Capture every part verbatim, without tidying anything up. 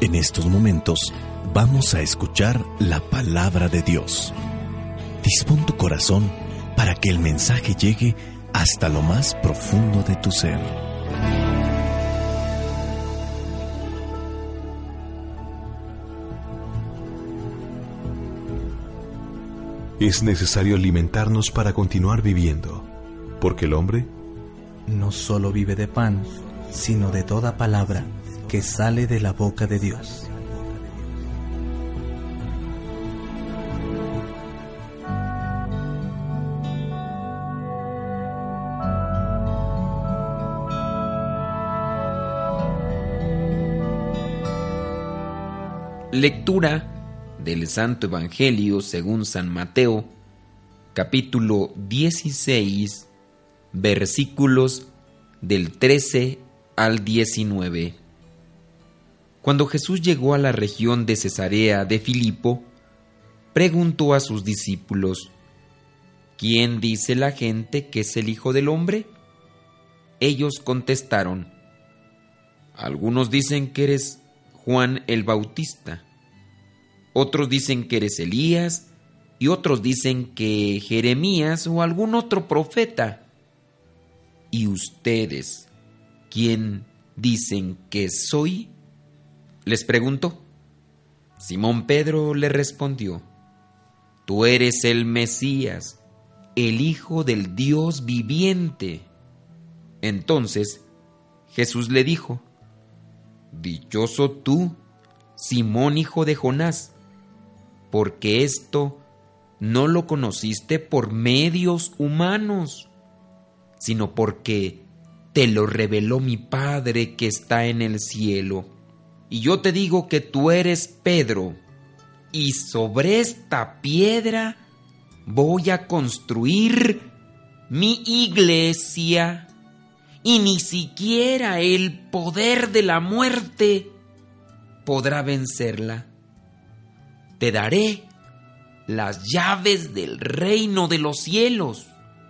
En estos momentos vamos a escuchar la palabra de Dios. Dispón tu corazón para que el mensaje llegue hasta lo más profundo de tu ser. Es necesario alimentarnos para continuar viviendo, porque el hombre no solo vive de pan, sino de toda palabra que sale de la boca de Dios. Lectura del Santo Evangelio según San Mateo, capítulo dieciséis, versículos del trece al diecinueve. Cuando Jesús llegó a la región de Cesarea de Filipo, preguntó a sus discípulos: ¿Quién dice la gente que es el Hijo del Hombre? Ellos contestaron: algunos dicen que eres Juan el Bautista, otros dicen que eres Elías, y otros dicen que Jeremías o algún otro profeta. ¿Y ustedes, quién dicen que soy?, les preguntó. Simón Pedro le respondió: tú eres el Mesías, el Hijo del Dios viviente. Entonces Jesús le dijo: dichoso tú, Simón, hijo de Jonás, porque esto no lo conociste por medios humanos, sino porque te lo reveló mi Padre que está en el cielo. Y yo te digo que tú eres Pedro, y sobre esta piedra voy a construir mi iglesia, y ni siquiera el poder de la muerte podrá vencerla. Te daré las llaves del reino de los cielos.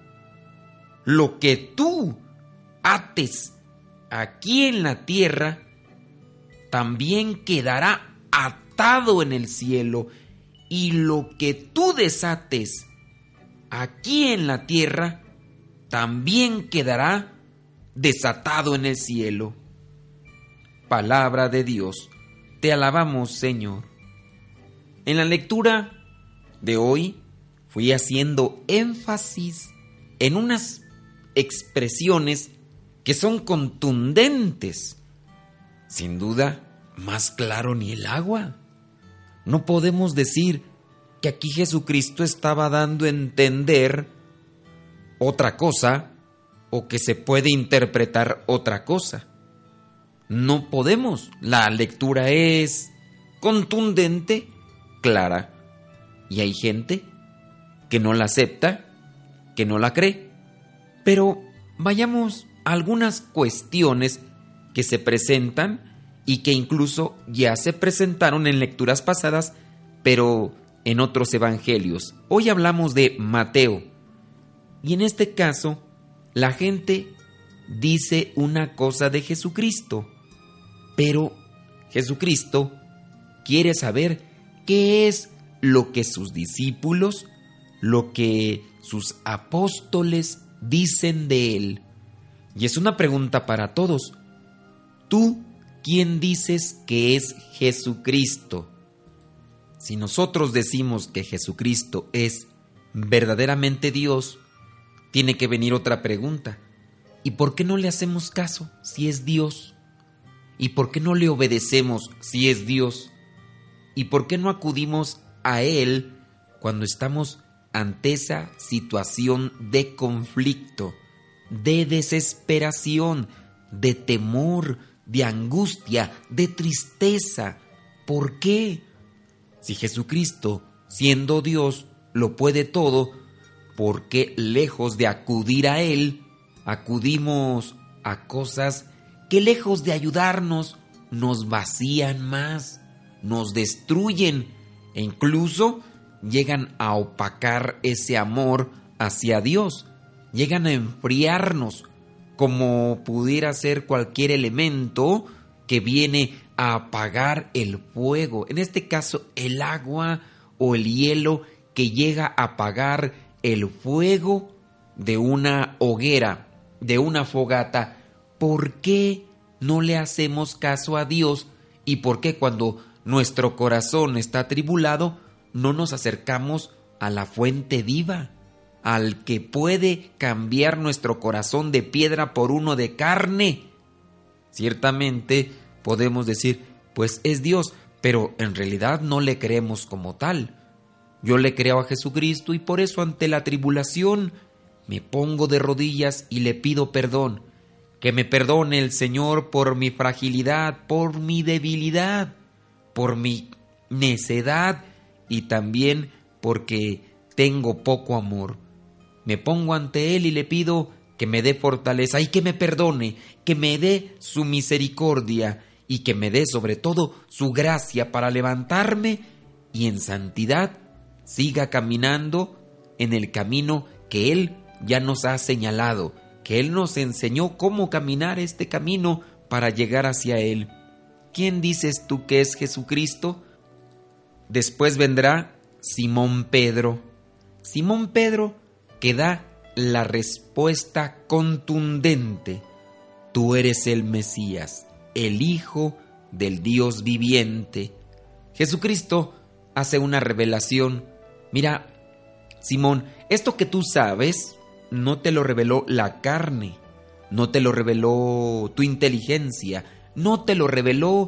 Lo que tú ates aquí en la tierra también quedará atado en el cielo, y lo que tú desates aquí en la tierra también quedará desatado en el cielo. Palabra de Dios. Te alabamos, Señor. En la lectura de hoy fui haciendo énfasis en unas expresiones que son contundentes. Sin duda, más claro ni el agua. No podemos decir que aquí Jesucristo estaba dando a entender otra cosa o que se puede interpretar otra cosa. No podemos. La lectura es contundente, clara, y hay gente que no la acepta, que no la cree. Pero vayamos a algunas cuestiones que se presentan y que incluso ya se presentaron en lecturas pasadas, pero en otros evangelios. Hoy hablamos de Mateo, y en este caso la gente dice una cosa de Jesucristo, pero Jesucristo quiere saber qué es lo que sus discípulos, lo que sus apóstoles dicen de él. Y es una pregunta para todos. ¿Tú quién dices que es Jesucristo? Si nosotros decimos que Jesucristo es verdaderamente Dios, tiene que venir otra pregunta. ¿Y por qué no le hacemos caso si es Dios? ¿Y por qué no le obedecemos si es Dios? ¿Y por qué no acudimos a Él cuando estamos ante esa situación de conflicto, de desesperación, de temor, de angustia, de tristeza? ¿Por qué? Si Jesucristo, siendo Dios, lo puede todo, ¿por qué lejos de acudir a Él, acudimos a cosas que lejos de ayudarnos, nos vacían más, nos destruyen e incluso llegan a opacar ese amor hacia Dios, llegan a enfriarnos, como pudiera ser cualquier elemento que viene a apagar el fuego. En este caso, el agua o el hielo que llega a apagar el fuego de una hoguera, de una fogata. ¿Por qué no le hacemos caso a Dios? ¿Y por qué cuando nuestro corazón está atribulado no nos acercamos a la fuente viva, al que puede cambiar nuestro corazón de piedra por uno de carne? Ciertamente podemos decir, pues es Dios, pero en realidad no le creemos como tal. Yo le creo a Jesucristo y por eso ante la tribulación me pongo de rodillas y le pido perdón. Que me perdone el Señor por mi fragilidad, por mi debilidad, por mi necedad y también porque tengo poco amor. Me pongo ante Él y le pido que me dé fortaleza y que me perdone, que me dé su misericordia y que me dé sobre todo su gracia para levantarme y en santidad siga caminando en el camino que Él ya nos ha señalado, que Él nos enseñó cómo caminar este camino para llegar hacia Él. ¿Quién dices tú que es Jesucristo? Después vendrá Simón Pedro. Simón Pedro que da la respuesta contundente. Tú eres el Mesías, el Hijo del Dios viviente. Jesucristo hace una revelación. Mira, Simón, esto que tú sabes no te lo reveló la carne, no te lo reveló tu inteligencia, no te lo reveló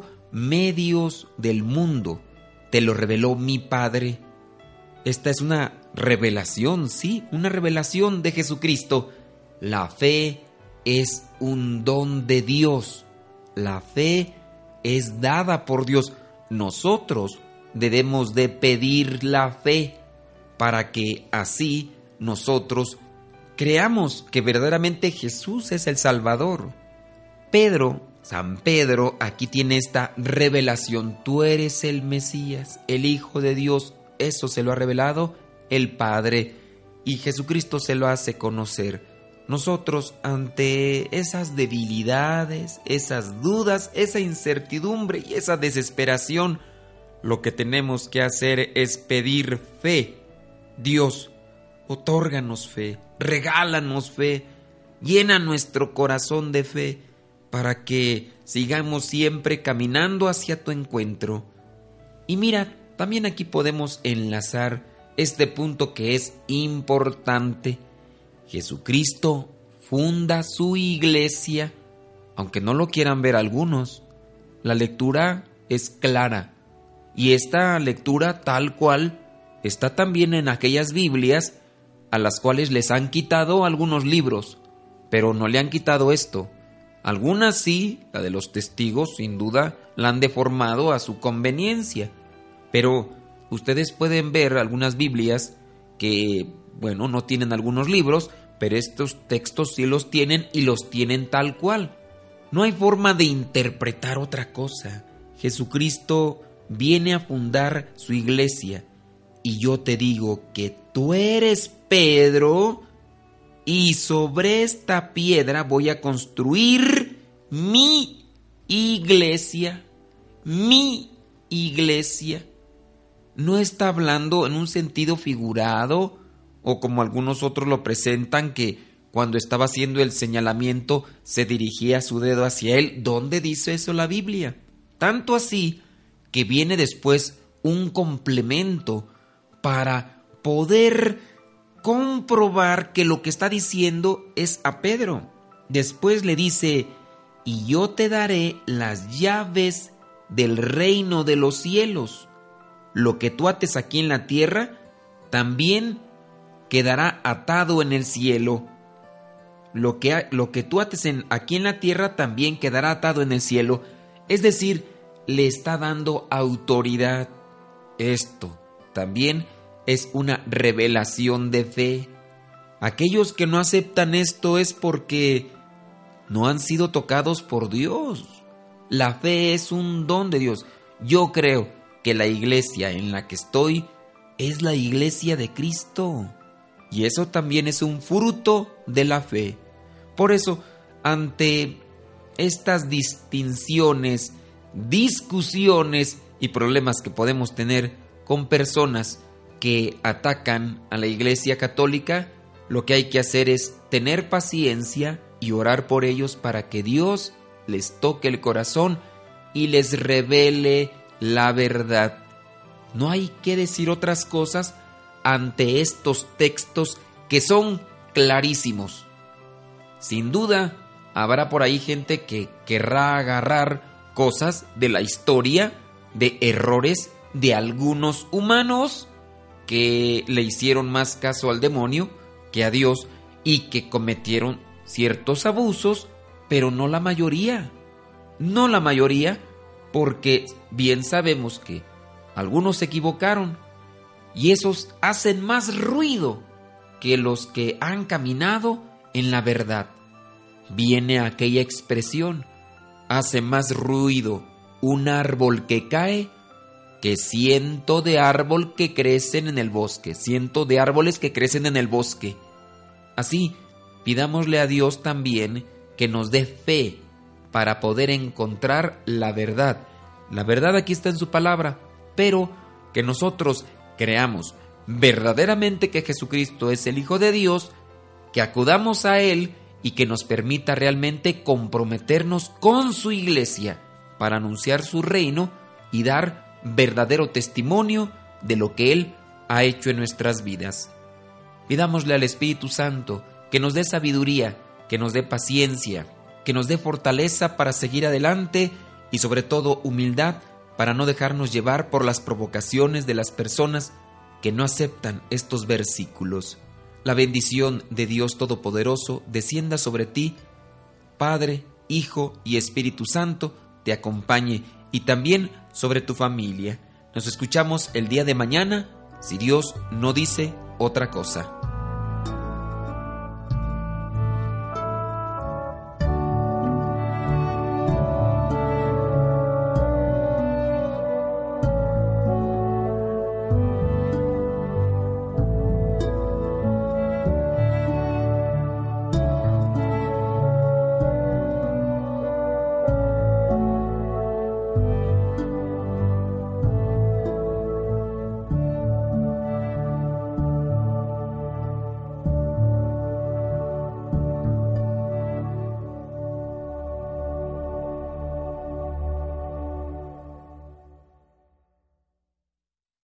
medios del mundo, te lo reveló mi Padre. Esta es una revelación, sí, una revelación de Jesucristo. La fe es un don de Dios. La fe es dada por Dios. Nosotros debemos de pedir la fe para que así nosotros creamos que verdaderamente Jesús es el Salvador. Pedro, San Pedro, aquí tiene esta revelación. Tú eres el Mesías, el Hijo de Dios. Eso se lo ha revelado el Padre y Jesucristo se lo hace conocer. Nosotros ante esas debilidades, esas dudas, esa incertidumbre y esa desesperación, lo que tenemos que hacer es pedir fe. Dios, otórganos fe, regálanos fe, llena nuestro corazón de fe para que sigamos siempre caminando hacia tu encuentro. Y mira, también aquí podemos enlazar este punto que es importante. Jesucristo funda su iglesia, aunque no lo quieran ver algunos. La lectura es clara y esta lectura tal cual está también en aquellas Biblias a las cuales les han quitado algunos libros, pero no le han quitado esto. Algunas sí, la de los testigos, sin duda, la han deformado a su conveniencia, pero ustedes pueden ver algunas Biblias que, bueno, no tienen algunos libros, pero estos textos sí los tienen y los tienen tal cual. No hay forma de interpretar otra cosa. Jesucristo viene a fundar su iglesia y yo te digo que tú eres Pedro y sobre esta piedra voy a construir mi iglesia, mi iglesia. No está hablando en un sentido figurado o como algunos otros lo presentan, que cuando estaba haciendo el señalamiento se dirigía su dedo hacia él. ¿Dónde dice eso la Biblia? Tanto así que viene después un complemento para poder comprobar que lo que está diciendo es a Pedro. Después le dice, y yo te daré las llaves del reino de los cielos. Lo que tú ates aquí en la tierra, también quedará atado en el cielo. Lo que, lo que tú ates en, aquí en la tierra, también quedará atado en el cielo. Es decir, le está dando autoridad. Esto también es una revelación de fe. Aquellos que no aceptan esto es porque no han sido tocados por Dios. La fe es un don de Dios. Yo creo que la iglesia en la que estoy es la iglesia de Cristo. Y eso también es un fruto de la fe. Por eso, ante estas distinciones, discusiones y problemas que podemos tener con personas que atacan a la Iglesia Católica, lo que hay que hacer es tener paciencia y orar por ellos para que Dios les toque el corazón y les revele la verdad. No hay que decir otras cosas ante estos textos que son clarísimos. Sin duda, habrá por ahí gente que querrá agarrar cosas de la historia, de errores de algunos humanos que le hicieron más caso al demonio que a Dios y que cometieron ciertos abusos, pero no la mayoría. No la mayoría, porque bien sabemos que algunos se equivocaron y esos hacen más ruido que los que han caminado en la verdad. Viene aquella expresión: hace más ruido un árbol que cae que ciento de árbol que crecen en el bosque, ciento de árboles que crecen en el bosque. Así, pidámosle a Dios también que nos dé fe para poder encontrar la verdad. La verdad aquí está en su palabra, pero que nosotros creamos verdaderamente que Jesucristo es el Hijo de Dios, que acudamos a Él y que nos permita realmente comprometernos con su iglesia para anunciar su reino y dar verdadero testimonio de lo que Él ha hecho en nuestras vidas. Pidámosle al Espíritu Santo que nos dé sabiduría, que nos dé paciencia, que nos dé fortaleza para seguir adelante y sobre todo humildad para no dejarnos llevar por las provocaciones de las personas que no aceptan estos versículos. La bendición de Dios Todopoderoso descienda sobre ti, Padre, Hijo y Espíritu Santo, te acompañe y también sobre tu familia. Nos escuchamos el día de mañana, si Dios no dice otra cosa.